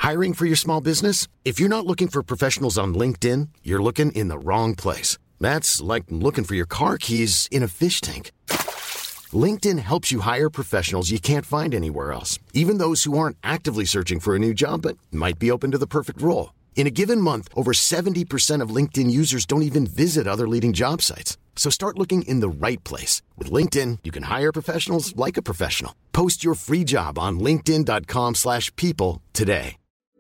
Hiring for your small business? If you're not looking for professionals on LinkedIn, you're looking in the wrong place. That's like looking for your car keys in a fish tank. LinkedIn helps you hire professionals you can't find anywhere else, even those who aren't actively searching for a new job but might be open to the perfect role. In a given month, over 70% of LinkedIn users don't even visit other leading job sites. So start looking in the right place. With LinkedIn, you can hire professionals like a professional. Post your free job on linkedin.com/people today.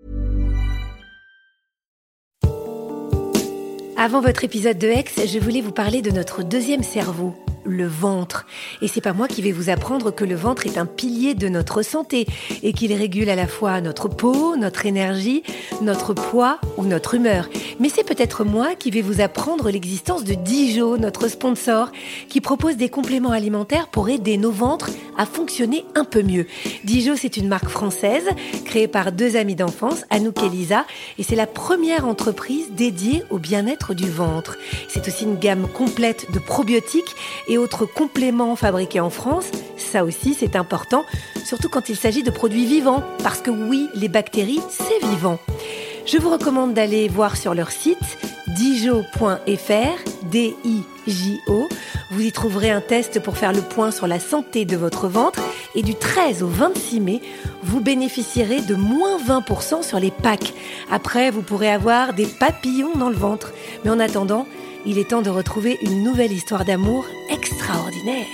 Avant votre épisode de Ex, je voulais vous parler de notre deuxième cerveau, le ventre. Et c'est pas moi qui vais vous apprendre que le ventre est un pilier de notre santé et qu'il régule à la fois notre peau, notre énergie, notre poids ou notre humeur. Mais c'est peut-être moi qui vais vous apprendre l'existence de Dijo, notre sponsor, qui propose des compléments alimentaires pour aider nos ventres à fonctionner un peu mieux. Dijo, c'est une marque française créée par deux amies d'enfance, Anouk et Lisa, et c'est la première entreprise dédiée au bien-être du ventre. C'est aussi une gamme complète de probiotiques et autres compléments fabriqués en France. Ça aussi, c'est important, surtout quand il s'agit de produits vivants, parce que oui, les bactéries, c'est vivant. Je vous recommande d'aller voir sur leur site dijo.fr, D-I-J-O. Vous y trouverez un test pour faire le point sur la santé de votre ventre. Et du 13 au 26 mai, vous bénéficierez de moins 20% sur les packs. Après, vous pourrez avoir des papillons dans le ventre. Mais en attendant, il est temps de retrouver une nouvelle histoire d'amour extraordinaire.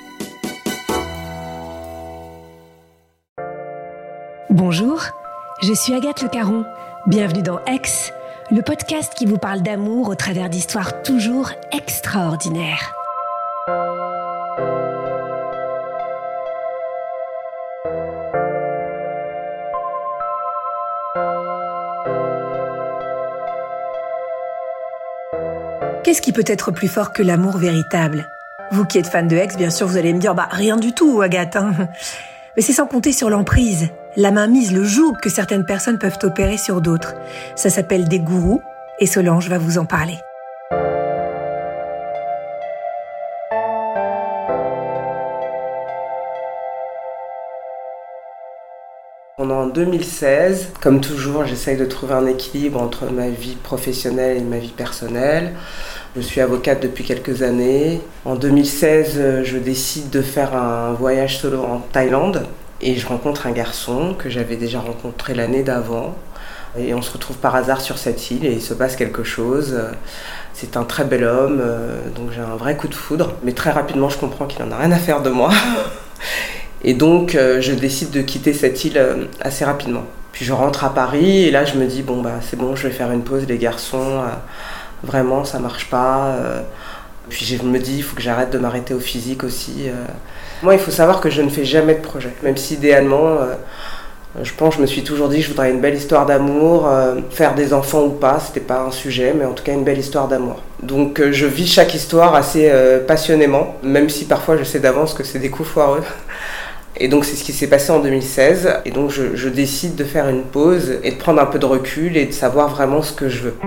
Bonjour, je suis Agathe Le Caron. Bienvenue dans Ex, le podcast qui vous parle d'amour au travers d'histoires toujours extraordinaires. Qu'est-ce qui peut être plus fort que l'amour véritable ? Vous qui êtes fan de Ex, bien sûr, vous allez me dire « rien du tout, Agathe, hein !» Mais c'est sans compter sur l'emprise, la mainmise, le joug que certaines personnes peuvent opérer sur d'autres. Ça s'appelle des gourous, et Solange va vous en parler. En 2016, comme toujours, j'essaye de trouver un équilibre entre ma vie professionnelle et ma vie personnelle. Je suis avocate depuis quelques années. En 2016, je décide de faire un voyage solo en Thaïlande et je rencontre un garçon que j'avais déjà rencontré l'année d'avant. Et on se retrouve par hasard sur cette île et il se passe quelque chose. C'est un très bel homme, donc j'ai un vrai coup de foudre. Mais très rapidement, je comprends qu'il n'en a rien à faire de moi. Et donc, je décide de quitter cette île assez rapidement. Puis je rentre à Paris et là, je me dis, c'est bon, je vais faire une pause, les garçons. Vraiment, ça marche pas. Puis je me dis, il faut que j'arrête de m'arrêter au physique aussi. Moi, il faut savoir que je ne fais jamais de projet. Même si idéalement, je me suis toujours dit que je voudrais une belle histoire d'amour. Faire des enfants ou pas, c'était pas un sujet, mais en tout cas une belle histoire d'amour. Donc je vis chaque histoire assez passionnément, même si parfois je sais d'avance que c'est des coups foireux. Et donc c'est ce qui s'est passé en 2016. Et donc je décide de faire une pause et de prendre un peu de recul et de savoir vraiment ce que je veux.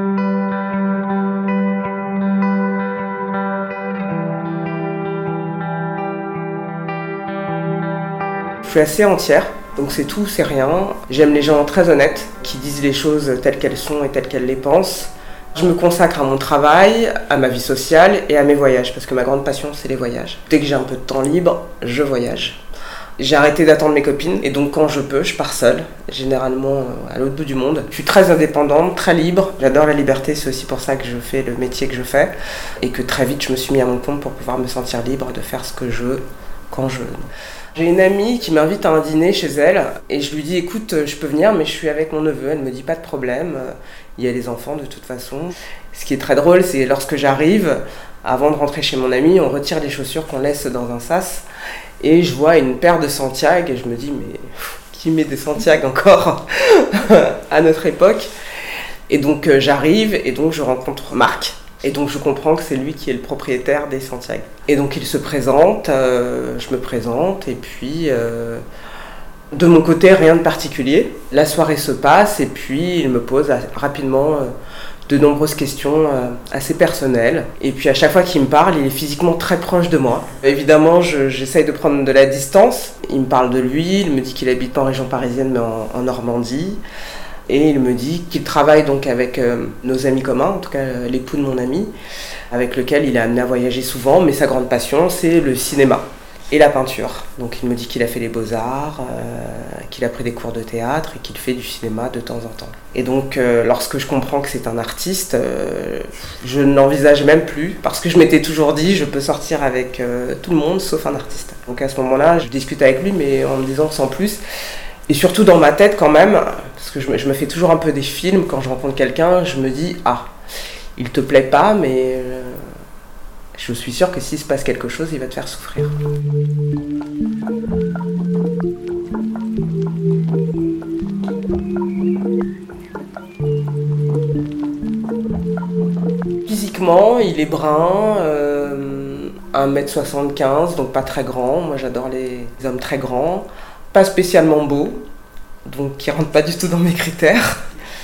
Je suis assez entière, donc c'est tout, c'est rien. J'aime les gens très honnêtes, qui disent les choses telles qu'elles sont et telles qu'elles les pensent. Je me consacre à mon travail, à ma vie sociale et à mes voyages, parce que ma grande passion, c'est les voyages. Dès que j'ai un peu de temps libre, je voyage. J'ai arrêté d'attendre mes copines, et donc quand je peux, je pars seule, généralement à l'autre bout du monde. Je suis très indépendante, très libre. J'adore la liberté, c'est aussi pour ça que je fais le métier que je fais, et que très vite, je me suis mis à mon compte pour pouvoir me sentir libre de faire ce que je veux, quand je veux. J'ai une amie qui m'invite à un dîner chez elle et je lui dis écoute, je peux venir mais je suis avec mon neveu. Elle me dit pas de problème, il y a les enfants de toute façon. Ce qui est très drôle, c'est lorsque j'arrive, avant de rentrer chez mon amie, on retire les chaussures qu'on laisse dans un sas et je vois une paire de Santiago et je me dis mais qui met des Santiago encore à notre époque? Et donc j'arrive et donc je rencontre Marc. Et donc je comprends que c'est lui qui est le propriétaire des Santiago. Et donc il se présente, je me présente, et puis de mon côté rien de particulier. La soirée se passe et puis il me pose rapidement de nombreuses questions assez personnelles. Et puis à chaque fois qu'il me parle, il est physiquement très proche de moi. Évidemment, j'essaye de prendre de la distance. Il me parle de lui, il me dit qu'il habite pas en région parisienne mais en Normandie. Et il me dit qu'il travaille donc avec nos amis communs, en tout cas l'époux de mon ami, avec lequel il est amené à voyager souvent, mais sa grande passion c'est le cinéma et la peinture. Donc il me dit qu'il a fait les beaux-arts, qu'il a pris des cours de théâtre et qu'il fait du cinéma de temps en temps. Et donc lorsque je comprends que c'est un artiste, je ne l'envisage même plus, parce que je m'étais toujours dit je peux sortir avec tout le monde sauf un artiste. Donc à ce moment-là, je discute avec lui, mais en me disant sans plus. Et surtout dans ma tête quand même, parce que je me fais toujours un peu des films, quand je rencontre quelqu'un, je me dis « Ah, il te plaît pas, mais je suis sûre que s'il se passe quelque chose, il va te faire souffrir. » Physiquement, il est brun, 1m75, donc pas très grand. Moi j'adore les hommes très grands. Pas spécialement beau, donc qui rentre pas du tout dans mes critères.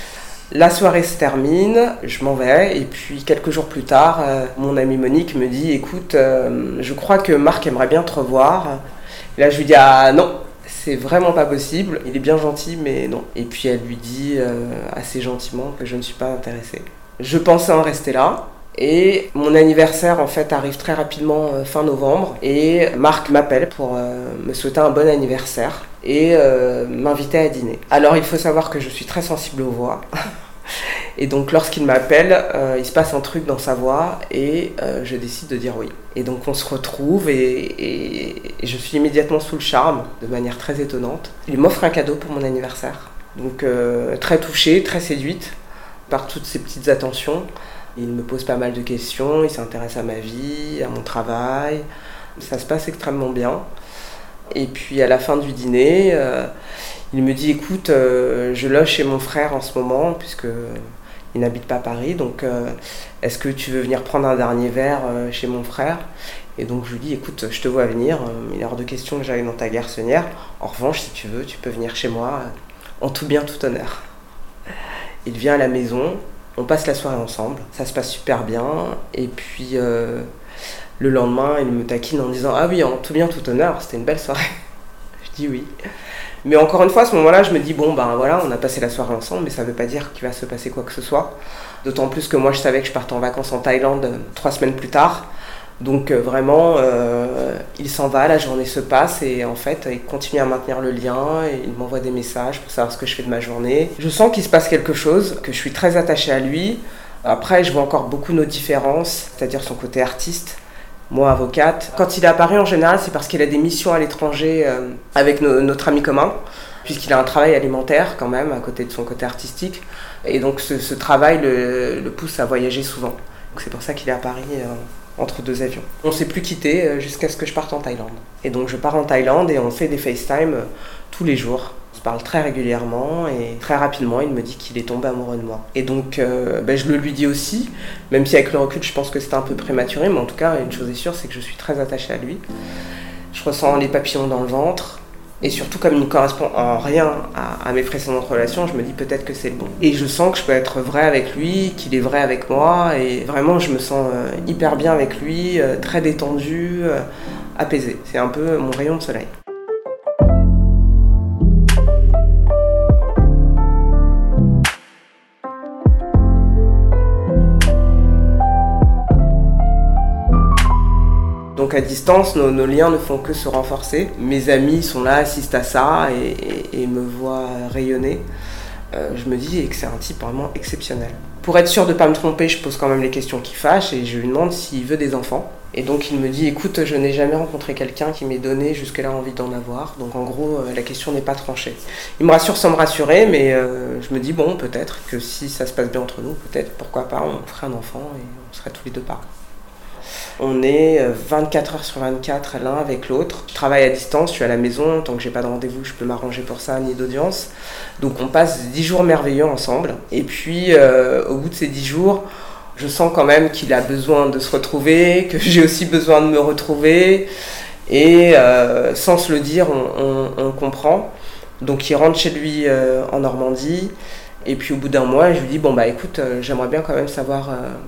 La soirée se termine, je m'en vais, et puis quelques jours plus tard, mon amie Monique me dit « Écoute, je crois que Marc aimerait bien te revoir. » Et là je lui dis « Ah non, c'est vraiment pas possible, il est bien gentil, mais non. » Et puis elle lui dit assez gentiment que je ne suis pas intéressée. Je pensais en rester là. Et mon anniversaire en fait arrive très rapidement fin novembre et Marc m'appelle pour me souhaiter un bon anniversaire et m'inviter à dîner. Alors il faut savoir que je suis très sensible aux voix et donc lorsqu'il m'appelle, il se passe un truc dans sa voix et je décide de dire oui. Et donc on se retrouve et je suis immédiatement sous le charme de manière très étonnante. Il m'offre un cadeau pour mon anniversaire, donc très touchée, très séduite par toutes ces petites attentions. Il me pose pas mal de questions, il s'intéresse à ma vie, à mon travail. Ça se passe extrêmement bien. Et puis à la fin du dîner, il me dit « Écoute, je loge chez mon frère en ce moment, puisqu'il n'habite pas à Paris, donc est-ce que tu veux venir prendre un dernier verre chez mon frère ?» Et donc je lui dis « Écoute, je te vois venir, il est hors de question que j'aille dans ta garçonnière. En revanche, si tu veux, tu peux venir chez moi en tout bien, tout honneur. » Il vient à la maison. On passe la soirée ensemble, ça se passe super bien, et puis le lendemain, il me taquine en disant « Ah oui, en tout bien, tout honneur, c'était une belle soirée. » Je dis oui. Mais encore une fois, à ce moment-là, je me dis « Bon, ben voilà, on a passé la soirée ensemble, mais ça ne veut pas dire qu'il va se passer quoi que ce soit. » D'autant plus que moi, je savais que je partais en vacances en Thaïlande 3 semaines plus tard. Donc vraiment, il s'en va, la journée se passe et en fait, il continue à maintenir le lien et il m'envoie des messages pour savoir ce que je fais de ma journée. Je sens qu'il se passe quelque chose, que je suis très attachée à lui. Après, je vois encore beaucoup nos différences, c'est-à-dire son côté artiste, moi avocate. Quand il est à Paris, en général, c'est parce qu'il a des missions à l'étranger avec notre ami commun, puisqu'il a un travail alimentaire quand même, à côté de son côté artistique. Et donc ce travail le pousse à voyager souvent. Donc c'est pour ça qu'il est à Paris entre 2 avions. On ne s'est plus quitté jusqu'à ce que je parte en Thaïlande. Et donc je pars en Thaïlande et on fait des FaceTime tous les jours. On se parle très régulièrement et très rapidement il me dit qu'il est tombé amoureux de moi. Et donc je le lui dis aussi, même si avec le recul je pense que c'était un peu prématuré, mais en tout cas une chose est sûre, c'est que je suis très attachée à lui. Je ressens les papillons dans le ventre. Et surtout, comme il ne correspond en rien à mes précédentes relations, je me dis peut-être que c'est le bon. Et je sens que je peux être vraie avec lui, qu'il est vrai avec moi. Et vraiment, je me sens hyper bien avec lui, très détendue, apaisée. C'est un peu mon rayon de soleil. Donc à distance, nos liens ne font que se renforcer. Mes amis sont là, assistent à ça et me voient rayonner. Je me dis que c'est un type vraiment exceptionnel. Pour être sûr de ne pas me tromper, je pose quand même les questions qui fâchent et je lui demande s'il veut des enfants. Et donc il me dit « Écoute, je n'ai jamais rencontré quelqu'un qui m'ait donné jusque-là envie d'en avoir. » Donc en gros, la question n'est pas tranchée. Il me rassure sans me rassurer, mais je me dis « Bon, peut-être que si ça se passe bien entre nous, peut-être, pourquoi pas, on ferait un enfant et on serait tous les deux parents. » On est 24 heures sur 24 l'un avec l'autre. Je travaille à distance, je suis à la maison, tant que j'ai pas de rendez-vous, je peux m'arranger pour ça, ni d'audience. Donc on passe 10 jours merveilleux ensemble. Et puis au bout de ces 10 jours, je sens quand même qu'il a besoin de se retrouver, que j'ai aussi besoin de me retrouver. Et sans se le dire, on comprend. Donc il rentre chez lui en Normandie. Et puis au bout d'un mois, je lui dis bon bah écoute, j'aimerais bien quand même savoir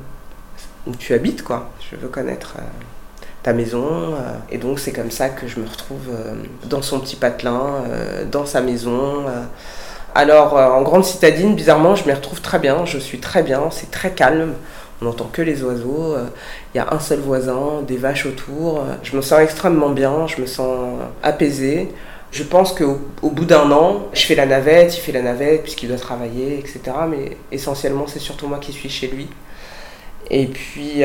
où tu habites quoi. Je veux connaître ta maison. Et donc c'est comme ça que je me retrouve dans son petit patelin, dans sa maison. Alors en grande citadine, bizarrement, je m'y retrouve très bien. Je suis très bien, c'est très calme. On n'entend que les oiseaux. Il y a un seul voisin, des vaches autour. Je me sens extrêmement bien, je me sens apaisée. Je pense qu'au bout d'un an, je fais la navette, il fait la navette puisqu'il doit travailler, etc. Mais essentiellement, c'est surtout moi qui suis chez lui. Et puis,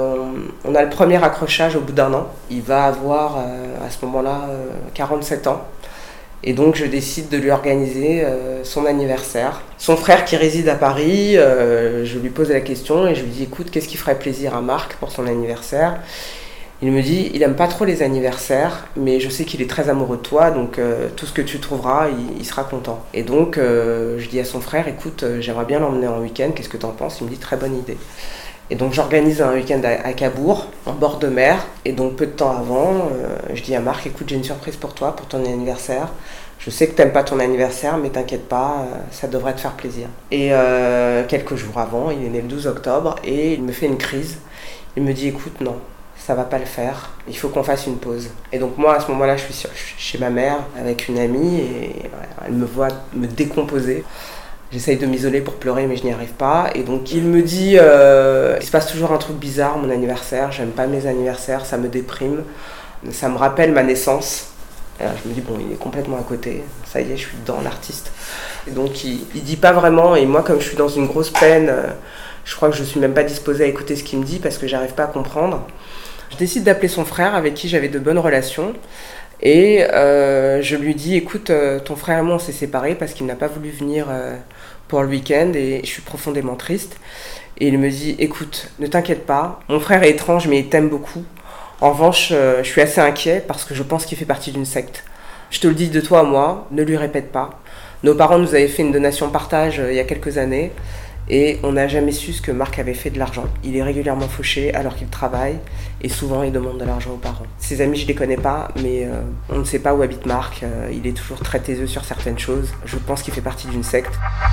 on a le premier accrochage au bout d'un an. Il va avoir, à ce moment-là, 47 ans. Et donc, je décide de lui organiser son anniversaire. Son frère qui réside à Paris, je lui pose la question et je lui dis « Écoute, qu'est-ce qui ferait plaisir à Marc pour son anniversaire ?» Il me dit, il aime pas trop les anniversaires, mais je sais qu'il est très amoureux de toi, donc tout ce que tu trouveras, il sera content. Et donc, je dis à son frère, écoute, j'aimerais bien l'emmener en week-end, qu'est-ce que t'en penses ? Il me dit, très bonne idée. Et donc, j'organise un week-end à Cabourg, en bord de mer. Et donc, peu de temps avant, je dis à Marc, écoute, j'ai une surprise pour toi, pour ton anniversaire. Je sais que t'aimes pas ton anniversaire, mais t'inquiète pas, ça devrait te faire plaisir. Et quelques jours avant, il est né le 12 octobre, et il me fait une crise. Il me dit, écoute, non. Ça va pas le faire, il faut qu'on fasse une pause. Et donc moi à ce moment-là je suis chez ma mère avec une amie et elle me voit me décomposer. J'essaye de m'isoler pour pleurer mais je n'y arrive pas. Et donc il me dit, il se passe toujours un truc bizarre mon anniversaire, j'aime pas mes anniversaires, ça me déprime, ça me rappelle ma naissance. Alors je me dis bon il est complètement à côté, ça y est je suis dedans l'artiste. Et donc il dit pas vraiment et moi comme je suis dans une grosse peine, je crois que je suis même pas disposée à écouter ce qu'il me dit parce que j'arrive pas à comprendre. Je décide d'appeler son frère avec qui j'avais de bonnes relations et je lui dis écoute ton frère et moi on s'est séparés parce qu'il n'a pas voulu venir pour le week-end et je suis profondément triste. Et il me dit écoute ne t'inquiète pas, mon frère est étrange mais il t'aime beaucoup. En revanche je suis assez inquiet parce que je pense qu'il fait partie d'une secte. Je te le dis de toi à moi, ne lui répète pas. Nos parents nous avaient fait une donation partage il y a quelques années. Et on n'a jamais su ce que Marc avait fait de l'argent. Il est régulièrement fauché alors qu'il travaille et souvent il demande de l'argent aux parents. Ses amis je les connais pas mais on ne sait pas où habite Marc. Il est toujours très taiseux sur certaines choses. Je pense qu'il fait partie d'une secte.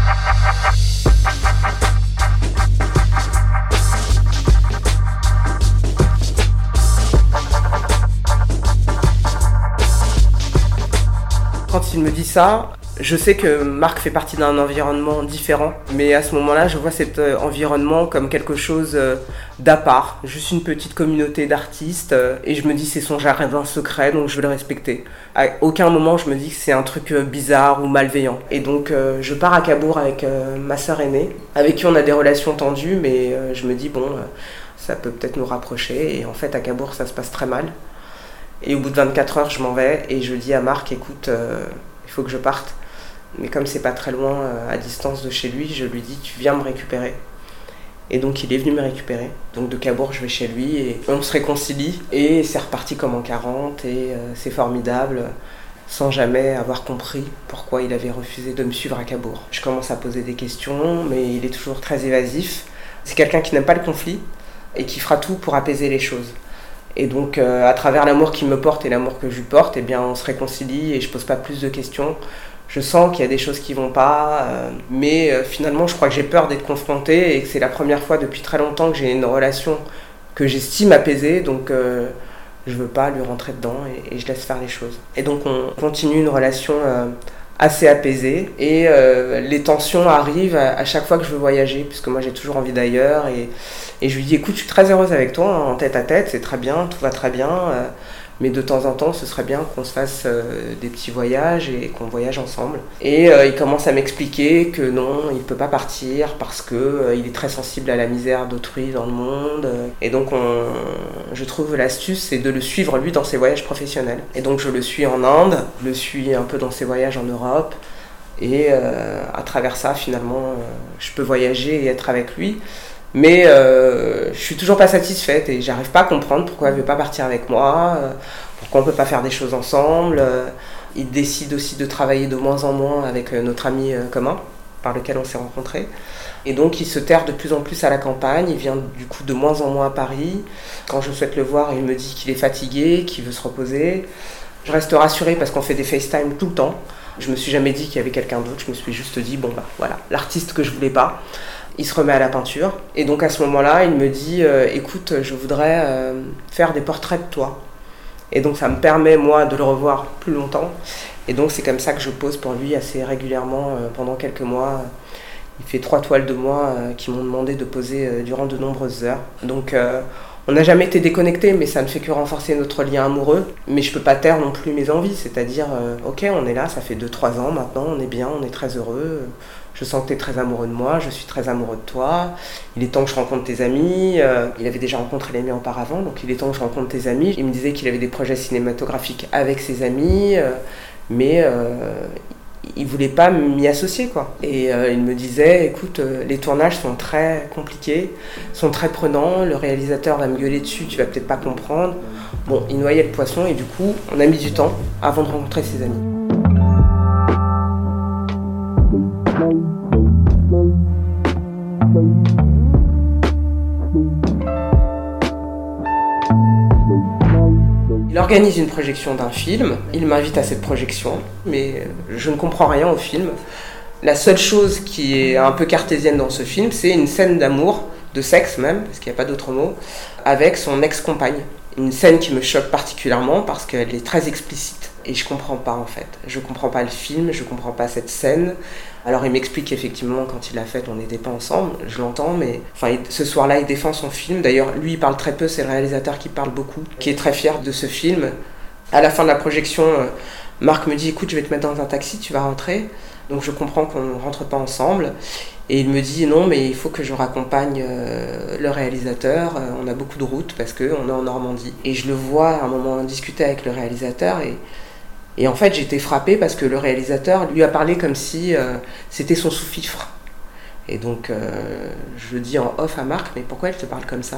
Quand il me dit ça, je sais que Marc fait partie d'un environnement différent, mais à ce moment-là, je vois cet environnement comme quelque chose d'à part, juste une petite communauté d'artistes, et je me dis c'est son jardin secret, donc je veux le respecter. À aucun moment je me dis que c'est un truc bizarre ou malveillant. Et donc je pars à Cabourg avec ma sœur aînée, avec qui on a des relations tendues, mais je me dis bon, ça peut peut-être nous rapprocher, et en fait à Cabourg ça se passe très mal. Et au bout de 24 heures, je m'en vais, et je dis à Marc, écoute, il faut que je parte. Mais comme c'est pas très loin, à distance de chez lui, je lui dis tu viens me récupérer. Et donc il est venu me récupérer. Donc de Cabourg, je vais chez lui et on se réconcilie. Et c'est reparti comme en 40 et c'est formidable, sans jamais avoir compris pourquoi il avait refusé de me suivre à Cabourg. Je commence à poser des questions, mais il est toujours très évasif. C'est quelqu'un qui n'aime pas le conflit et qui fera tout pour apaiser les choses. Et donc à travers l'amour qu'il me porte et l'amour que je lui porte, eh bien, on se réconcilie et je pose pas plus de questions. Je sens qu'il y a des choses qui vont pas, mais finalement je crois que j'ai peur d'être confrontée et que c'est la première fois depuis très longtemps que j'ai une relation que j'estime apaisée, donc je veux pas lui rentrer dedans et je laisse faire les choses. Et donc on continue une relation assez apaisée et les tensions arrivent à chaque fois que je veux voyager, puisque moi j'ai toujours envie d'ailleurs et je lui dis écoute je suis très heureuse avec toi, en tête à tête, c'est très bien, tout va très bien. Mais de temps en temps, ce serait bien qu'on se fasse des petits voyages et qu'on voyage ensemble. Et il commence à m'expliquer que non, il ne peut pas partir parce qu'il est très sensible à la misère d'autrui dans le monde. Et donc, je trouve l'astuce, c'est de le suivre, lui, dans ses voyages professionnels. Et donc, je le suis en Inde, je le suis un peu dans ses voyages en Europe. Et à travers ça, finalement, je peux voyager et être avec lui. Mais je suis toujours pas satisfaite et j'arrive pas à comprendre pourquoi il veut pas partir avec moi, pourquoi on peut pas faire des choses ensemble. Il décide aussi de travailler de moins en moins avec notre ami commun par lequel on s'est rencontrés. Et donc il se terre de plus en plus à la campagne, il vient du coup de moins en moins à Paris. Quand je souhaite le voir, il me dit qu'il est fatigué, qu'il veut se reposer. Je reste rassurée parce qu'on fait des FaceTime tout le temps. Je me suis jamais dit qu'il y avait quelqu'un d'autre, je me suis juste dit, bon bah voilà, l'artiste que je voulais pas. Il se remet à la peinture. Et donc à ce moment-là, il me dit, écoute, je voudrais faire des portraits de toi. Et donc ça me permet, moi, de le revoir plus longtemps. Et donc c'est comme ça que je pose pour lui assez régulièrement pendant quelques mois. Il fait 3 toiles de moi qui m'ont demandé de poser durant de nombreuses heures. Donc on n'a jamais été déconnectés, mais ça ne fait que renforcer notre lien amoureux. Mais je peux pas taire non plus mes envies, c'est-à-dire, ok, on est là, ça fait 2-3 ans maintenant, on est bien, on est très heureux. Je sens que tu es très amoureux de moi, je suis très amoureux de toi. Il est temps que je rencontre tes amis. Il avait déjà rencontré les miens auparavant, donc il est temps que je rencontre tes amis. Il me disait qu'il avait des projets cinématographiques avec ses amis, mais il voulait pas m'y associer, quoi. Et il me disait, écoute, les tournages sont très compliqués, sont très prenants, le réalisateur va me gueuler dessus, tu vas peut-être pas comprendre. Bon, il noyait le poisson et du coup, on a mis du temps avant de rencontrer ses amis. Il organise une projection d'un film, il m'invite à cette projection, mais je ne comprends rien au film. La seule chose qui est un peu cartésienne dans ce film, c'est une scène d'amour, de sexe même, parce qu'il n'y a pas d'autre mot, avec son ex-compagne. Une scène qui me choque particulièrement parce qu'elle est très explicite. Et je comprends pas en fait. Je comprends pas le film, je comprends pas cette scène. Alors il m'explique qu'effectivement quand il l'a faite on n'était pas ensemble, je l'entends, mais enfin, ce soir-là il défend son film. D'ailleurs lui il parle très peu, c'est le réalisateur qui parle beaucoup, qui est très fier de ce film. À la fin de la projection, Marc me dit écoute je vais te mettre dans un taxi, tu vas rentrer. Donc je comprends qu'on ne rentre pas ensemble. Et il me dit non mais il faut que je raccompagne le réalisateur, on a beaucoup de routes parce qu'on est en Normandie. Et je le vois à un moment discuter avec le réalisateur et en fait j'étais frappée parce que le réalisateur lui a parlé comme si c'était son sous-fifre. Et donc je dis en off à Marc mais pourquoi elle te parle comme ça ?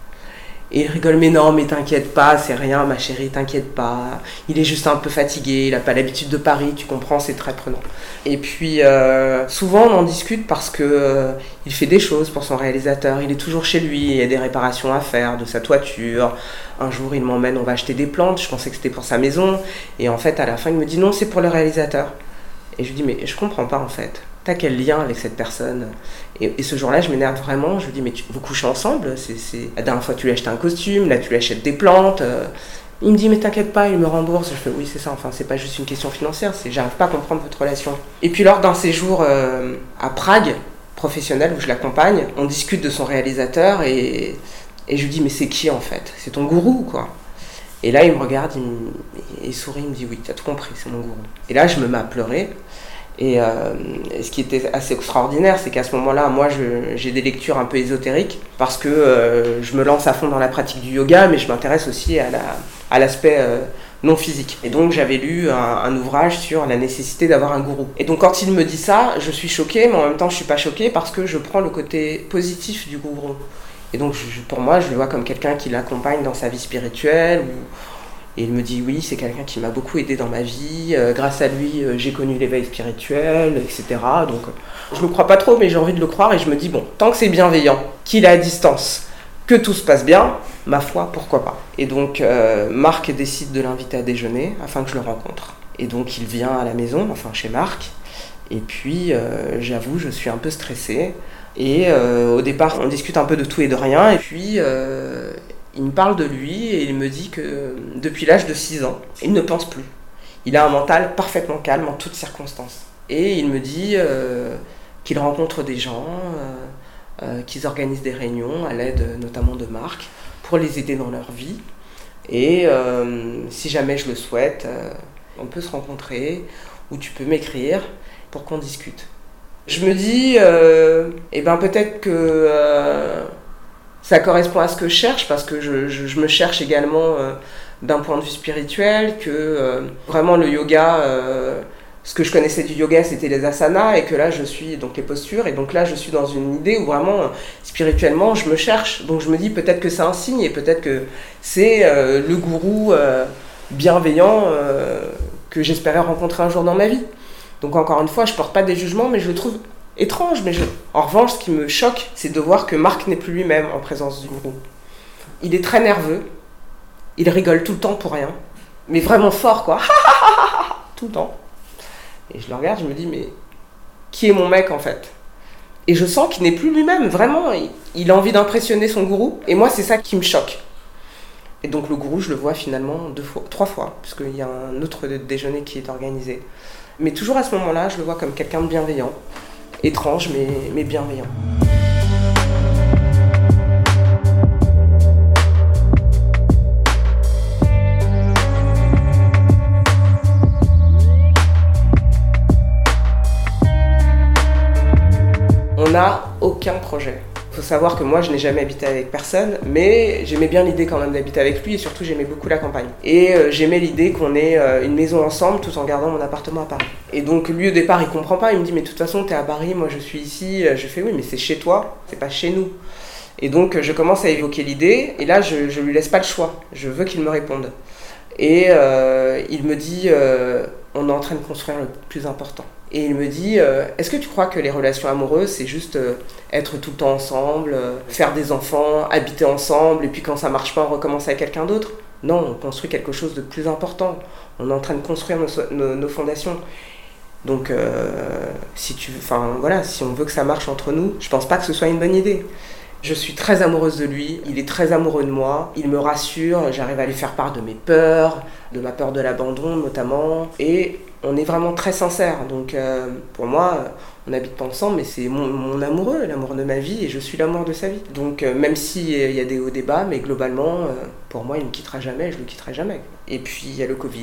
Et il rigole, mais non, mais t'inquiète pas, c'est rien ma chérie, t'inquiète pas. Il est juste un peu fatigué, il a pas l'habitude de Paris, tu comprends, c'est très prenant. Et puis, souvent on en discute parce que il fait des choses pour son réalisateur, il est toujours chez lui, il y a des réparations à faire de sa toiture. Un jour il m'emmène, on va acheter des plantes, je pensais que c'était pour sa maison. Et en fait, à la fin, il me dit non, c'est pour le réalisateur. Et je lui dis, mais je comprends pas en fait. T'as quel lien avec cette personne ? Et ce jour-là, je m'énerve vraiment. Je lui dis, mais vous couchez ensemble ? La dernière fois, tu lui as acheté un costume, là, tu lui achètes des plantes. Il me dit, mais t'inquiète pas, il me rembourse. Je fais, oui, c'est ça, enfin, c'est pas juste une question financière, j'arrive pas à comprendre votre relation. Et puis, lors d'un séjour à Prague, professionnel, où je l'accompagne, on discute de son réalisateur et je lui dis, mais c'est qui en fait ? C'est ton gourou, quoi. Et là, il me regarde, il sourit, il me dit, oui, t'as tout compris, c'est mon gourou. Et là, je me mets à pleurer. Et ce qui était assez extraordinaire, c'est qu'à ce moment-là, moi, j'ai des lectures un peu ésotériques parce que je me lance à fond dans la pratique du yoga, mais je m'intéresse aussi à l'aspect non physique. Et donc, j'avais lu un ouvrage sur la nécessité d'avoir un gourou. Et donc, quand il me dit ça, je suis choquée, mais en même temps, je suis pas choquée parce que je prends le côté positif du gourou. Et donc, pour moi, je le vois comme quelqu'un qui l'accompagne dans sa vie spirituelle. Et il me dit oui, c'est quelqu'un qui m'a beaucoup aidé dans ma vie, grâce à lui j'ai connu l'éveil spirituel, etc. Donc je ne le crois pas trop, mais j'ai envie de le croire et je me dis bon, tant que c'est bienveillant, qu'il est à distance, que tout se passe bien, ma foi, pourquoi pas. Et donc Marc décide de l'inviter à déjeuner afin que je le rencontre. Et donc il vient à la maison, enfin chez Marc, et puis j'avoue, je suis un peu stressée. Et au départ, on discute un peu de tout et de rien, et puis... il me parle de lui et il me dit que depuis l'âge de 6 ans, il ne pense plus. Il a un mental parfaitement calme en toutes circonstances. Et il me dit qu'il rencontre des gens, qu'ils organisent des réunions à l'aide notamment de Marc pour les aider dans leur vie. Et si jamais je le souhaite, on peut se rencontrer ou tu peux m'écrire pour qu'on discute. Je me dis, peut-être que... ça correspond à ce que je cherche parce que je me cherche également d'un point de vue spirituel, que vraiment le yoga, ce que je connaissais du yoga c'était les asanas et que là je suis donc les postures et donc là je suis dans une idée où vraiment spirituellement je me cherche. Donc je me dis peut-être que c'est un signe et peut-être que c'est le gourou bienveillant que j'espérais rencontrer un jour dans ma vie. Donc encore une fois je porte pas des jugements mais je le trouve étrange, mais en revanche, ce qui me choque, c'est de voir que Marc n'est plus lui-même en présence du gourou. Il est très nerveux, il rigole tout le temps pour rien, mais vraiment fort, quoi, tout le temps. Et je le regarde, je me dis, mais qui est mon mec en fait ? Et je sens qu'il n'est plus lui-même, vraiment. Il a envie d'impressionner son gourou. Et moi, c'est ça qui me choque. Et donc le gourou, je le vois finalement 3 fois, parce qu'il y a un autre déjeuner qui est organisé. Mais toujours à ce moment-là, je le vois comme quelqu'un de bienveillant. Étrange, mais bienveillant. On n'a aucun projet. Il faut savoir que moi, je n'ai jamais habité avec personne, mais j'aimais bien l'idée quand même d'habiter avec lui et surtout, j'aimais beaucoup la campagne. Et j'aimais l'idée qu'on ait une maison ensemble tout en gardant mon appartement à Paris. Et donc, lui, au départ, il comprend pas. Il me dit, mais de toute façon, t'es à Paris, moi, je suis ici. Je fais, oui, mais c'est chez toi, c'est pas chez nous. Et donc, je commence à évoquer l'idée et là, je lui laisse pas le choix. Je veux qu'il me réponde. Et il me dit, on est en train de construire le plus important. Et il me dit, est-ce que tu crois que les relations amoureuses, c'est juste être tout le temps ensemble, faire des enfants, habiter ensemble, et puis quand ça marche pas, on recommence avec quelqu'un d'autre ? Non, on construit quelque chose de plus important. On est en train de construire nos fondations. Donc, si on veut que ça marche entre nous, je pense pas que ce soit une bonne idée. Je suis très amoureuse de lui, il est très amoureux de moi, il me rassure, j'arrive à lui faire part de mes peurs, de ma peur de l'abandon notamment, et on est vraiment très sincères. Donc pour moi, on n'habite pas ensemble, mais c'est mon amoureux, l'amour de ma vie, et je suis l'amour de sa vie. Donc même s'il y a des hauts, des bas, mais globalement, pour moi, il ne me quittera jamais, je le quitterai jamais. Et puis il y a le Covid.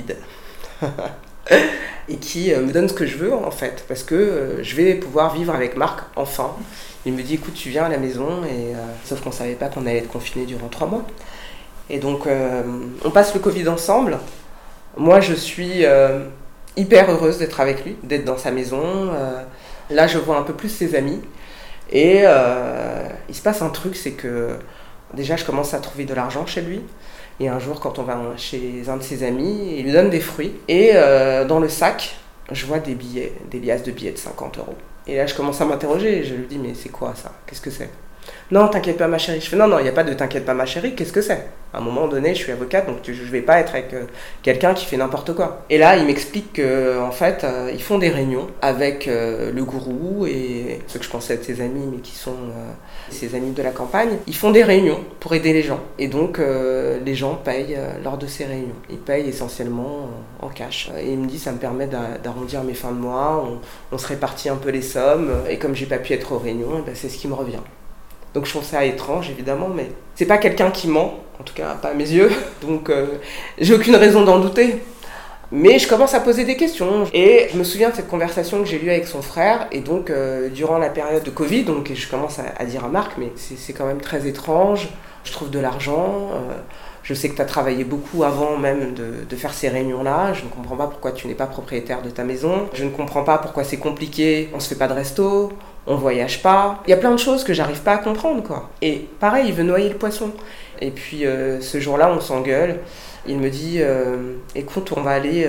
Et qui me donne ce que je veux en fait, parce que je vais pouvoir vivre avec Marc enfin. Il me dit, écoute, tu viens à la maison, sauf qu'on ne savait pas qu'on allait être confinés durant 3 mois. Et donc, on passe le Covid ensemble. Moi, je suis hyper heureuse d'être avec lui, d'être dans sa maison. Là, je vois un peu plus ses amis. Et il se passe un truc, c'est que déjà, je commence à trouver de l'argent chez lui. Et un jour, quand on va chez un de ses amis, il lui donne des fruits. Et dans le sac, je vois des liasses de billets de 50 €. Et là, je commence à m'interroger, et je lui dis, mais c'est quoi ça ? Qu'est-ce que c'est ? Non, t'inquiète pas ma chérie. Je fais, non, il n'y a pas de t'inquiète pas ma chérie, qu'est-ce que c'est ? À un moment donné, je suis avocate, donc je ne vais pas être avec quelqu'un qui fait n'importe quoi. Et là, il m'explique qu'en fait, ils font des réunions avec le gourou et ceux que je pensais être ses amis, mais qui sont ses amis de la campagne. Ils font des réunions pour aider les gens. Et donc, les gens payent lors de ces réunions. Ils payent essentiellement en cash. Et il me dit, ça me permet d'arrondir mes fins de mois, on se répartit un peu les sommes. Et comme j'ai pas pu être aux réunions, c'est ce qui me revient. Donc je trouve ça étrange évidemment, mais c'est pas quelqu'un qui ment, en tout cas pas à mes yeux, donc j'ai aucune raison d'en douter. Mais je commence à poser des questions et je me souviens de cette conversation que j'ai lue avec son frère et donc durant la période de Covid, donc je commence à dire à Marc, mais c'est quand même très étrange, je trouve de l'argent, je sais que tu as travaillé beaucoup avant même de faire ces réunions-là, je ne comprends pas pourquoi tu n'es pas propriétaire de ta maison, je ne comprends pas pourquoi c'est compliqué, on se fait pas de resto, on voyage pas. Il y a plein de choses que j'arrive pas à comprendre, quoi. Et pareil, il veut noyer le poisson. Et puis ce jour-là, on s'engueule. Il me dit, écoute, on va aller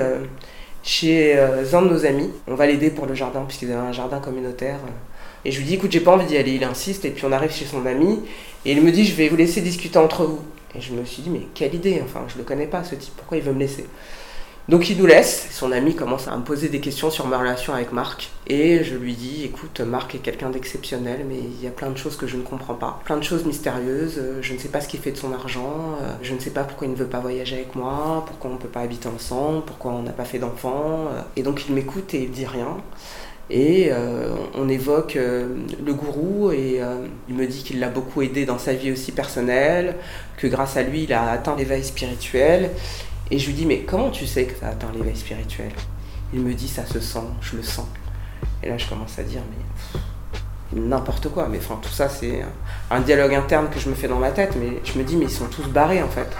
chez un de nos amis. On va l'aider pour le jardin, puisqu'il avait un jardin communautaire. Et je lui dis, écoute, j'ai pas envie d'y aller. Il insiste. Et puis on arrive chez son ami. Et il me dit, je vais vous laisser discuter entre vous. Et je me suis dit, mais quelle idée. Enfin, je le connais pas, ce type. Pourquoi il veut me laisser ? Donc il nous laisse, son ami commence à me poser des questions sur ma relation avec Marc et je lui dis, écoute, Marc est quelqu'un d'exceptionnel mais il y a plein de choses que je ne comprends pas, plein de choses mystérieuses, je ne sais pas ce qu'il fait de son argent, je ne sais pas pourquoi il ne veut pas voyager avec moi, pourquoi on ne peut pas habiter ensemble, pourquoi on n'a pas fait d'enfants, et donc il m'écoute et il dit rien. Et on évoque le gourou et il me dit qu'il l'a beaucoup aidé dans sa vie aussi personnelle, que grâce à lui il a atteint l'éveil spirituel. Et je lui dis, mais comment tu sais que tu as atteint l'éveil spirituel ? Il me dit, ça se sent, je le sens. Et là, je commence à dire, mais n'importe quoi. Mais enfin, tout ça, c'est un dialogue interne que je me fais dans ma tête. Mais je me dis, mais ils sont tous barrés, en fait.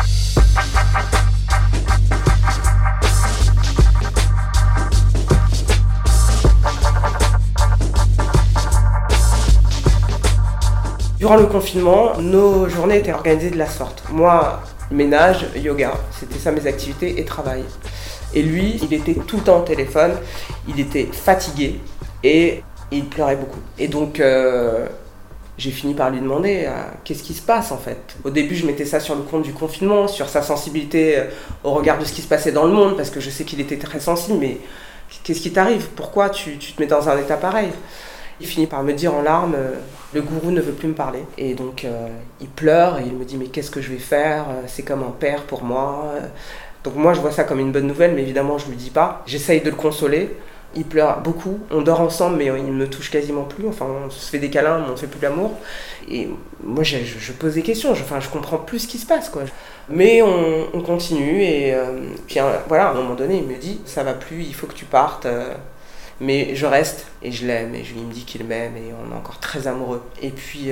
Durant le confinement, nos journées étaient organisées de la sorte. Moi, ménage, yoga, c'était ça mes activités et travail. Et lui, il était tout le temps au téléphone, il était fatigué et il pleurait beaucoup. Et donc, j'ai fini par lui demander qu'est-ce qui se passe en fait. Au début, je mettais ça sur le compte du confinement, sur sa sensibilité au regard de ce qui se passait dans le monde, parce que je sais qu'il était très sensible, mais Qu'est-ce qui t'arrive? Pourquoi tu te mets dans un état pareil? Il finit par me dire en larmes, le gourou ne veut plus me parler. Et donc il pleure et il me dit mais qu'est-ce que je vais faire? C'est comme un père pour moi. Donc moi je vois ça comme une bonne nouvelle, mais évidemment je lui dis pas. J'essaye de le consoler. Il pleure beaucoup. On dort ensemble, mais il ne me touche quasiment plus. Enfin, on se fait des câlins, mais on ne fait plus l'amour. Et moi je pose des questions. Je comprends plus ce qui se passe, quoi. Mais on continue et puis voilà, à un moment donné il me dit ça va plus, il faut que tu partes. Mais je reste et je l'aime et il me dit qu'il m'aime et on est encore très amoureux. Et puis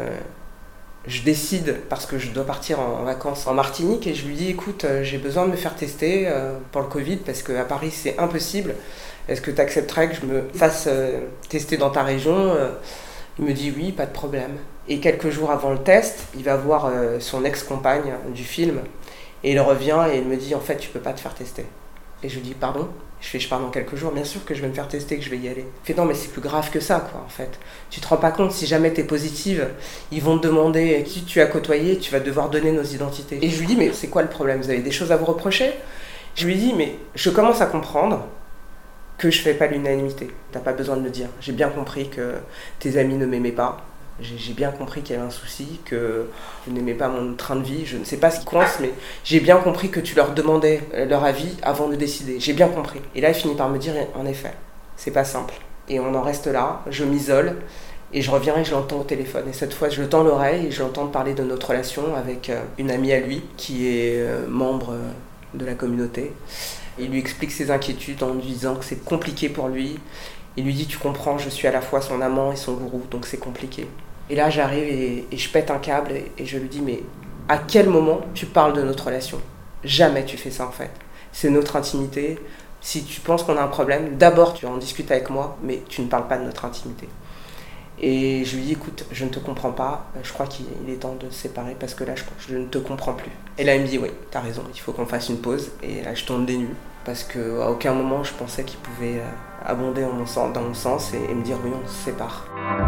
je décide, parce que je dois partir en vacances en Martinique, et je lui dis écoute, j'ai besoin de me faire tester pour le Covid parce qu'à Paris c'est impossible. Est-ce que tu accepterais que je me fasse tester dans ta région? Il me dit oui, pas de problème. Et quelques jours avant le test, il va voir son ex-compagne du film et il revient et il me dit en fait tu peux pas te faire tester. Et je lui dis pardon? Je pars dans quelques jours, bien sûr que je vais me faire tester, que je vais y aller. Il fait non mais c'est plus grave que ça quoi en fait. Tu te rends pas compte, si jamais t'es positive, ils vont te demander qui tu as côtoyé, tu vas devoir donner nos identités. Et je lui dis mais c'est quoi le problème? Vous avez des choses à vous reprocher? Je lui dis mais je commence à comprendre que je fais pas l'unanimité. T'as pas besoin de le dire. J'ai bien compris que tes amis ne m'aimaient pas. J'ai bien compris qu'il y avait un souci, que je n'aimais pas mon train de vie. Je ne sais pas ce qui coince, mais j'ai bien compris que tu leur demandais leur avis avant de décider. J'ai bien compris. Et là, il finit par me dire, en effet, c'est pas simple. Et on en reste là, je m'isole, et je reviens et je l'entends au téléphone. Et cette fois, je le tends l'oreille et je l'entends parler de notre relation avec une amie à lui, qui est membre de la communauté. Il lui explique ses inquiétudes en lui disant que c'est compliqué pour lui. Il lui dit, tu comprends, je suis à la fois son amant et son gourou, donc c'est compliqué. Et là, j'arrive et je pète un câble et je lui dis, mais à quel moment tu parles de notre relation? Jamais tu fais ça en fait. C'est notre intimité. Si tu penses qu'on a un problème, d'abord tu en discutes avec moi, mais tu ne parles pas de notre intimité. Et je lui dis, écoute, je ne te comprends pas, je crois qu'il est temps de se séparer parce que là, je ne te comprends plus. Et là, il me dit, oui, t'as raison, il faut qu'on fasse une pause. Et là, je tombe des nues parce qu'à aucun moment, je pensais qu'il pouvait abonder dans mon sens et me dire, oui, on se sépare.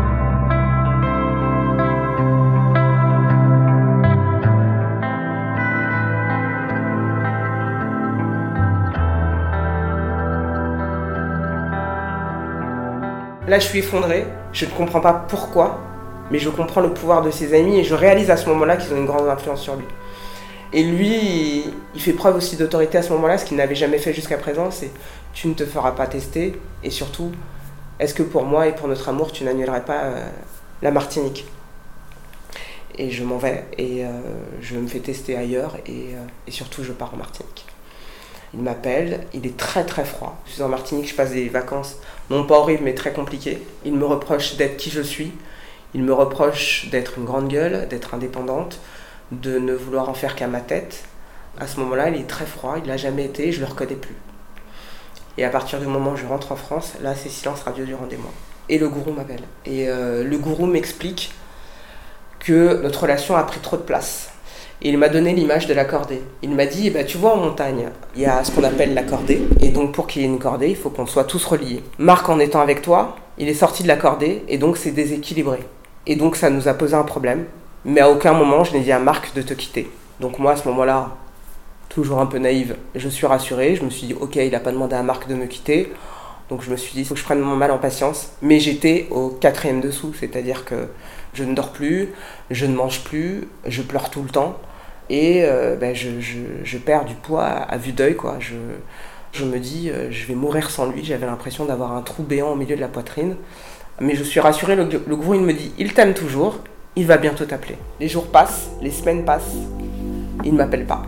Là, je suis effondrée, je ne comprends pas pourquoi, mais je comprends le pouvoir de ses amis et je réalise à ce moment-là qu'ils ont une grande influence sur lui. Et lui, il fait preuve aussi d'autorité à ce moment-là, ce qu'il n'avait jamais fait jusqu'à présent, c'est « tu ne te feras pas tester » et surtout « est-ce que pour moi et pour notre amour, tu n'annulerais pas la Martinique ?» Et je m'en vais et je me fais tester ailleurs et surtout je pars en Martinique. Il m'appelle, il est très très froid. Je suis en Martinique, je passe des vacances, non pas horribles mais très compliquées. Il me reproche d'être qui je suis, il me reproche d'être une grande gueule, d'être indépendante, de ne vouloir en faire qu'à ma tête. À ce moment-là, il est très froid, il l'a jamais été, je le reconnais plus. Et à partir du moment où je rentre en France, là c'est silence radio durant des mois. Et le gourou m'appelle. Et le gourou m'explique que notre relation a pris trop de place. Et il m'a donné l'image de la cordée. Il m'a dit, tu vois en montagne, il y a ce qu'on appelle la cordée. Et donc pour qu'il y ait une cordée, il faut qu'on soit tous reliés. Marc, en étant avec toi, il est sorti de la cordée et donc c'est déséquilibré. Et donc ça nous a posé un problème. Mais à aucun moment je n'ai dit à Marc de te quitter. Donc moi à ce moment-là, toujours un peu naïve, je suis rassurée. Je me suis dit, ok, il n'a pas demandé à Marc de me quitter. Donc je me suis dit, il faut que je prenne mon mal en patience. Mais j'étais au 4e dessous, c'est-à-dire que je ne dors plus, je ne mange plus, je pleure tout le temps. Et je perds du poids à vue d'œil, quoi. Je me dis, je vais mourir sans lui. J'avais l'impression d'avoir un trou béant au milieu de la poitrine. Mais je suis rassurée, le gourou il me dit, il t'aime toujours, il va bientôt t'appeler. Les jours passent, les semaines passent, il ne m'appelle pas.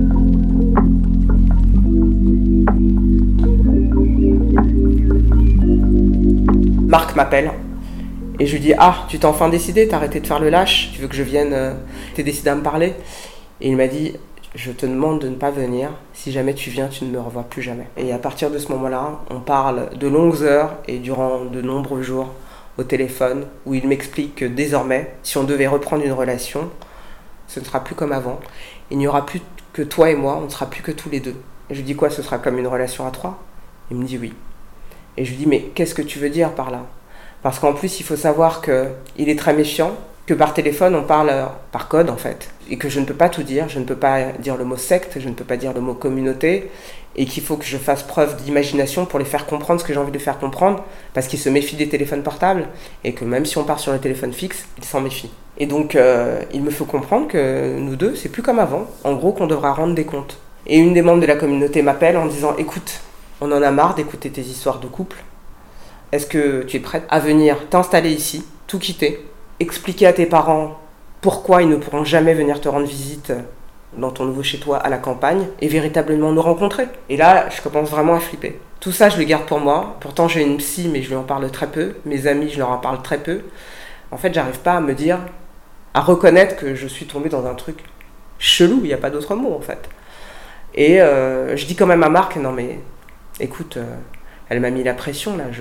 Marc m'appelle. Et je lui dis, tu t'es enfin décidé, t'as arrêté de faire le lâche, tu veux que je vienne, t'es décidé à me parler? Et il m'a dit, je te demande de ne pas venir, si jamais tu viens, tu ne me revois plus jamais. Et à partir de ce moment-là, on parle de longues heures et durant de nombreux jours au téléphone, où il m'explique que désormais, si on devait reprendre une relation, ce ne sera plus comme avant. Il n'y aura plus que toi et moi, on ne sera plus que tous les deux. Et je lui dis quoi, ce sera comme une relation à 3? Il me dit oui. Et je lui dis, mais qu'est-ce que tu veux dire par là? Parce qu'en plus, il faut savoir qu'il est très méfiant, que par téléphone on parle par code en fait, et que je ne peux pas tout dire, je ne peux pas dire le mot secte, je ne peux pas dire le mot communauté, et qu'il faut que je fasse preuve d'imagination pour les faire comprendre ce que j'ai envie de faire comprendre, parce qu'ils se méfient des téléphones portables, et que même si on part sur le téléphone fixe, ils s'en méfient. Et donc il me faut comprendre que nous deux, c'est plus comme avant, en gros qu'on devra rendre des comptes. Et une des membres de la communauté m'appelle en disant « Écoute, on en a marre d'écouter tes histoires de couple, est-ce que tu es prête à venir t'installer ici, tout quitter, expliquer à tes parents pourquoi ils ne pourront jamais venir te rendre visite dans ton nouveau chez-toi à la campagne et véritablement nous rencontrer ?» Et là, je commence vraiment à flipper. Tout ça, je le garde pour moi. Pourtant, j'ai une psy, mais je lui en parle très peu. Mes amis, je leur en parle très peu. En fait, j'arrive pas à me dire, à reconnaître que je suis tombée dans un truc chelou. Il n'y a pas d'autre mot, en fait. Et je dis quand même à Marc, non mais, écoute, elle m'a mis la pression, là.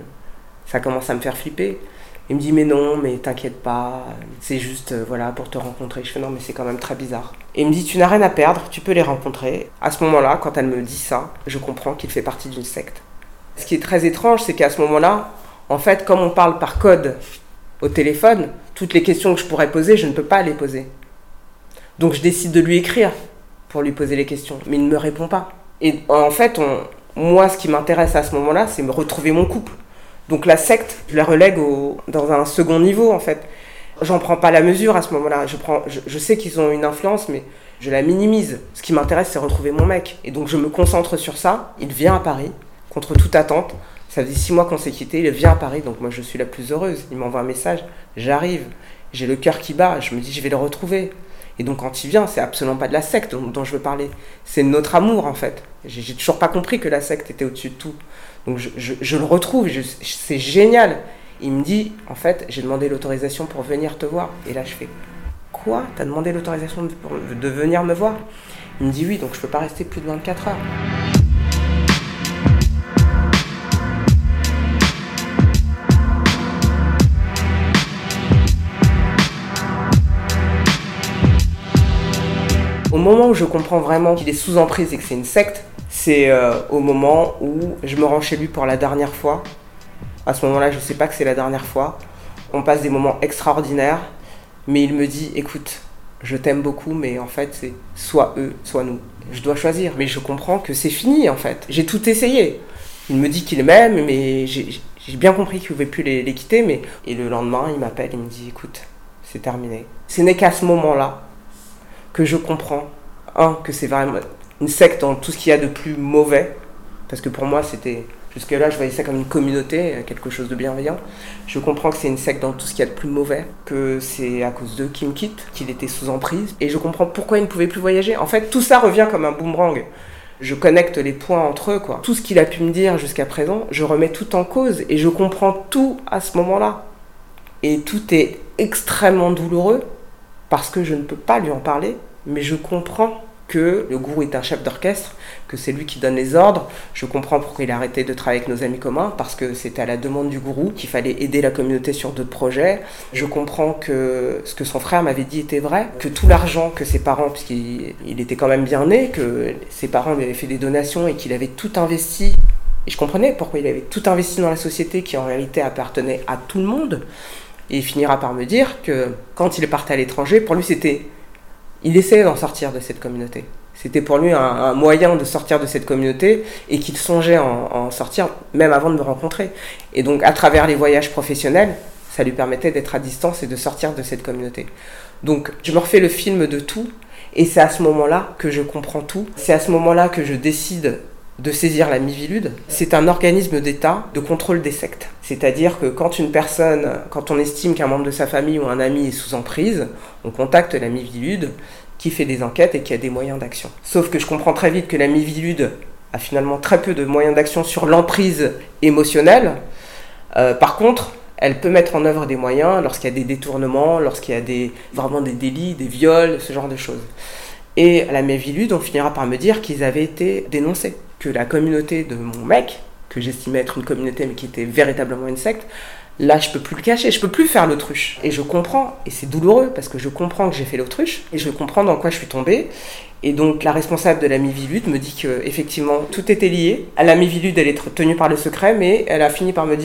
Ça commence à me faire flipper. Il me dit mais non, mais t'inquiète pas, c'est juste voilà pour te rencontrer. Je fais non mais c'est quand même très bizarre. Et il me dit tu n'as rien à perdre, tu peux les rencontrer. À ce moment-là, quand elle me dit ça, je comprends qu'il fait partie d'une secte. Ce qui est très étrange, c'est qu'à ce moment-là, en fait, comme on parle par code au téléphone, toutes les questions que je pourrais poser, je ne peux pas les poser. Donc je décide de lui écrire pour lui poser les questions, mais il ne me répond pas. Et en fait, moi, ce qui m'intéresse à ce moment-là, c'est me retrouver mon couple. Donc la secte, je la relègue dans un second niveau en fait. J'en prends pas la mesure à ce moment-là. Je sais qu'ils ont une influence, mais je la minimise. Ce qui m'intéresse, c'est retrouver mon mec. Et donc je me concentre sur ça. Il vient à Paris, contre toute attente. Ça faisait 6 mois qu'on s'est quittés. Il vient à Paris, donc moi je suis la plus heureuse. Il m'envoie un message, j'arrive. J'ai le cœur qui bat, je me dis je vais le retrouver. Et donc quand il vient, c'est absolument pas de la secte dont je veux parler. C'est de notre amour en fait. J'ai toujours pas compris que la secte était au-dessus de tout. Donc je le retrouve, c'est génial. Il me dit, en fait, j'ai demandé l'autorisation pour venir te voir. Et là je fais, quoi ? T'as demandé l'autorisation de venir me voir ? Il me dit oui, donc je peux pas rester plus de 24 heures. Au moment où je comprends vraiment qu'il est sous emprise et que c'est une secte, c'est au moment où je me rends chez lui pour la dernière fois. À ce moment-là, je ne sais pas que c'est la dernière fois. On passe des moments extraordinaires, mais il me dit, écoute, je t'aime beaucoup, mais en fait, c'est soit eux, soit nous. Je dois choisir, mais je comprends que c'est fini, en fait. J'ai tout essayé. Il me dit qu'il m'aime, mais j'ai bien compris qu'il ne pouvait plus les quitter. Mais... Et le lendemain, il m'appelle, il me dit, écoute, c'est terminé. Ce n'est qu'à ce moment-là que je comprends, que c'est vraiment une secte dans tout ce qu'il y a de plus mauvais, parce que pour moi c'était, jusque-là je voyais ça comme une communauté, quelque chose de bienveillant. Je comprends que c'est une secte dans tout ce qu'il y a de plus mauvais, que c'est à cause d'eux qu'il me quitte, qu'il était sous emprise, et je comprends pourquoi il ne pouvait plus voyager. En fait, tout ça revient comme un boomerang. Je connecte les points entre eux, quoi. Tout ce qu'il a pu me dire jusqu'à présent, je remets tout en cause, et je comprends tout à ce moment-là. Et tout est extrêmement douloureux, parce que je ne peux pas lui en parler, mais je comprends que le gourou est un chef d'orchestre, que c'est lui qui donne les ordres. Je comprends pourquoi il a arrêté de travailler avec nos amis communs, parce que c'était à la demande du gourou qu'il fallait aider la communauté sur d'autres projets. Je comprends que ce que son frère m'avait dit était vrai, que tout l'argent que ses parents, puisqu'il était quand même bien né, que ses parents lui avaient fait des donations et qu'il avait tout investi. Et je comprenais pourquoi il avait tout investi dans la société qui en réalité appartenait à tout le monde. Et il finira par me dire que quand il est parti à l'étranger, pour lui c'était... Il essayait d'en sortir de cette communauté. C'était pour lui un moyen de sortir de cette communauté et qu'il songeait en sortir même avant de me rencontrer. Et donc à travers les voyages professionnels, ça lui permettait d'être à distance et de sortir de cette communauté. Donc je me refais le film de tout et c'est à ce moment-là que je comprends tout. C'est à ce moment-là que je décide de saisir la Miviludes. C'est un organisme d'État de contrôle des sectes. C'est-à-dire que quand on estime qu'un membre de sa famille ou un ami est sous emprise, on contacte la Miviludes qui fait des enquêtes et qui a des moyens d'action. Sauf que je comprends très vite que la Miviludes a finalement très peu de moyens d'action sur l'emprise émotionnelle. Par contre, elle peut mettre en œuvre des moyens lorsqu'il y a des détournements, lorsqu'il y a vraiment des délits, des viols, ce genre de choses. Et à la Miviludes, on finira par me dire qu'ils avaient été dénoncés. Que la communauté de mon mec, que j'estimais être une communauté mais qui était véritablement une secte, là je peux plus le cacher, je peux plus faire l'autruche. Et je comprends, et c'est douloureux parce que je comprends que j'ai fait l'autruche, et je comprends dans quoi je suis tombée. Et donc la responsable de la Miviludes me dit qu'effectivement tout était lié. À la Miviludes, elle est tenue par le secret, mais elle a fini par me dire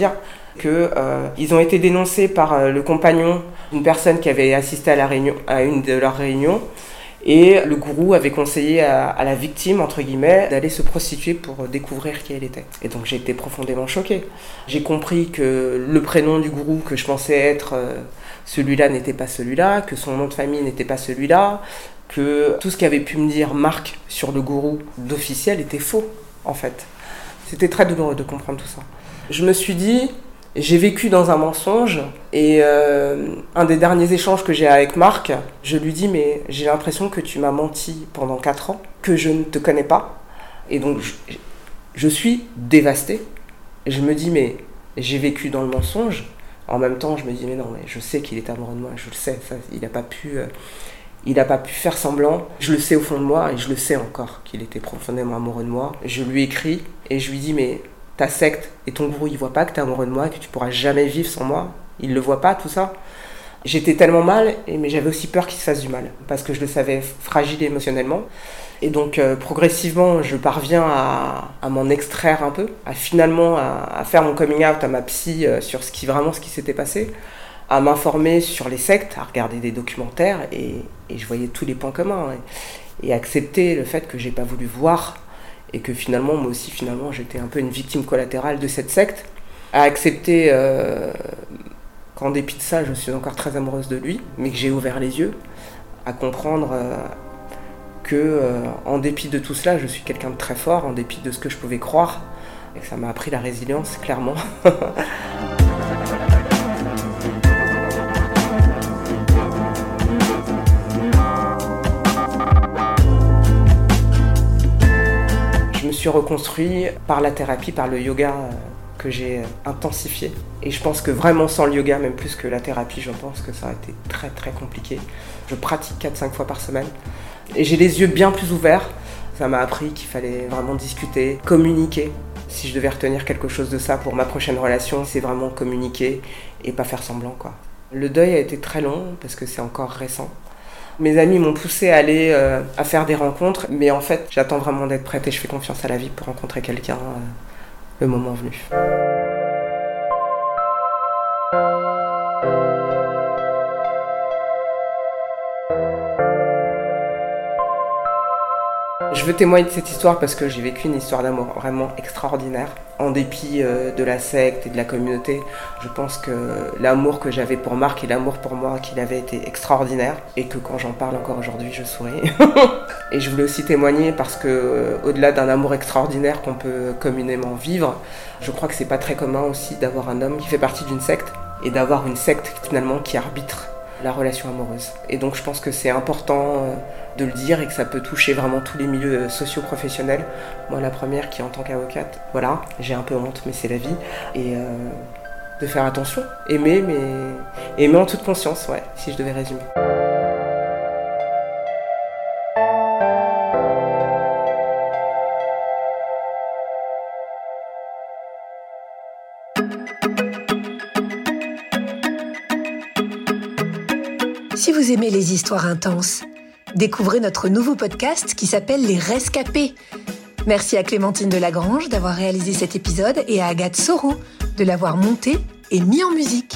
qu'ils ont été dénoncés par le compagnon d'une personne qui avait assisté à une de leurs réunions. Et le gourou avait conseillé à la victime, entre guillemets, d'aller se prostituer pour découvrir qui elle était. Et donc j'ai été profondément choquée. J'ai compris que le prénom du gourou que je pensais être celui-là n'était pas celui-là, que son nom de famille n'était pas celui-là, que tout ce qu'avait pu me dire Marc sur le gourou d'officiel était faux, en fait. C'était très douloureux de comprendre tout ça. Je me suis dit, j'ai vécu dans un mensonge et un des derniers échanges que j'ai avec Marc, je lui dis mais j'ai l'impression que tu m'as menti pendant 4 ans, que je ne te connais pas. Et donc je suis dévastée. Et je me dis mais j'ai vécu dans le mensonge. En même temps je me dis mais non, mais je sais qu'il est amoureux de moi, je le sais, ça, il n'a pas pu faire semblant. Je le sais au fond de moi et je le sais encore qu'il était profondément amoureux de moi. Je lui écris et je lui dis mais ta secte et ton gourou, ils voient pas que t'es amoureux de moi, que tu pourras jamais vivre sans moi. Ils le voient pas, tout ça. J'étais tellement mal, mais j'avais aussi peur qu'il se fasse du mal, parce que je le savais fragile émotionnellement. Et donc, progressivement, je parviens à m'en extraire un peu, à finalement à faire mon coming out à ma psy sur ce qui s'était passé, à m'informer sur les sectes, à regarder des documentaires, et je voyais tous les points communs. Et accepter le fait que j'ai pas voulu voir et que finalement, moi aussi, j'étais un peu une victime collatérale de cette secte, à accepter qu'en dépit de ça, je suis encore très amoureuse de lui, mais que j'ai ouvert les yeux, à comprendre que, en dépit de tout cela, je suis quelqu'un de très fort, en dépit de ce que je pouvais croire, et que ça m'a appris la résilience, clairement. Je me suis reconstruit par la thérapie, par le yoga que j'ai intensifié. Et je pense que vraiment sans le yoga, même plus que la thérapie, je pense que ça a été très très compliqué. Je pratique 4-5 fois par semaine. Et j'ai les yeux bien plus ouverts. Ça m'a appris qu'il fallait vraiment discuter, communiquer. Si je devais retenir quelque chose de ça pour ma prochaine relation, c'est vraiment communiquer et pas faire semblant, quoi. Le deuil a été très long parce que c'est encore récent. Mes amis m'ont poussé à faire des rencontres, mais en fait, j'attends vraiment d'être prête et je fais confiance à la vie pour rencontrer quelqu'un le moment venu. Je veux témoigner de cette histoire parce que j'ai vécu une histoire d'amour vraiment extraordinaire. En dépit de la secte et de la communauté, je pense que l'amour que j'avais pour Marc et l'amour pour moi qu'il avait été extraordinaire. Et que quand j'en parle encore aujourd'hui, je souris. Et je voulais aussi témoigner parce que, au-delà d'un amour extraordinaire qu'on peut communément vivre, je crois que c'est pas très commun aussi d'avoir un homme qui fait partie d'une secte et d'avoir une secte finalement qui arbitre la relation amoureuse. Et donc je pense que c'est important de le dire et que ça peut toucher vraiment tous les milieux socio-professionnels. Moi la première qui en tant qu'avocate, voilà, j'ai un peu honte mais c'est la vie. Et de faire attention, aimer en toute conscience, ouais, si je devais résumer. Si vous aimez les histoires intenses, découvrez notre nouveau podcast qui s'appelle Les Rescapés. Merci à Clémentine Delagrange d'avoir réalisé cet épisode et à Agathe Soro de l'avoir monté et mis en musique.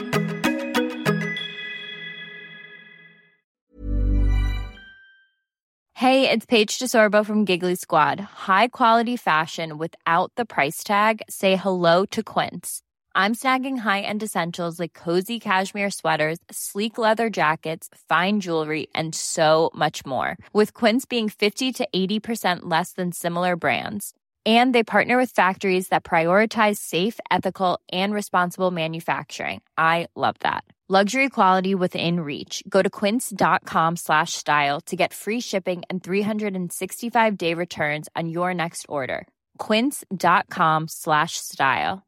Hey, it's Paige DeSorbo from Giggly Squad. High quality fashion without the price tag. Say hello to Quince. I'm snagging high-end essentials like cozy cashmere sweaters, sleek leather jackets, fine jewelry, and so much more. With Quince being 50 to 80% less than similar brands. And they partner with factories that prioritize safe, ethical, and responsible manufacturing. I love that. Luxury quality within reach. Go to quince.com/style to get free shipping and 365-day returns on your next order. Quince.com/style.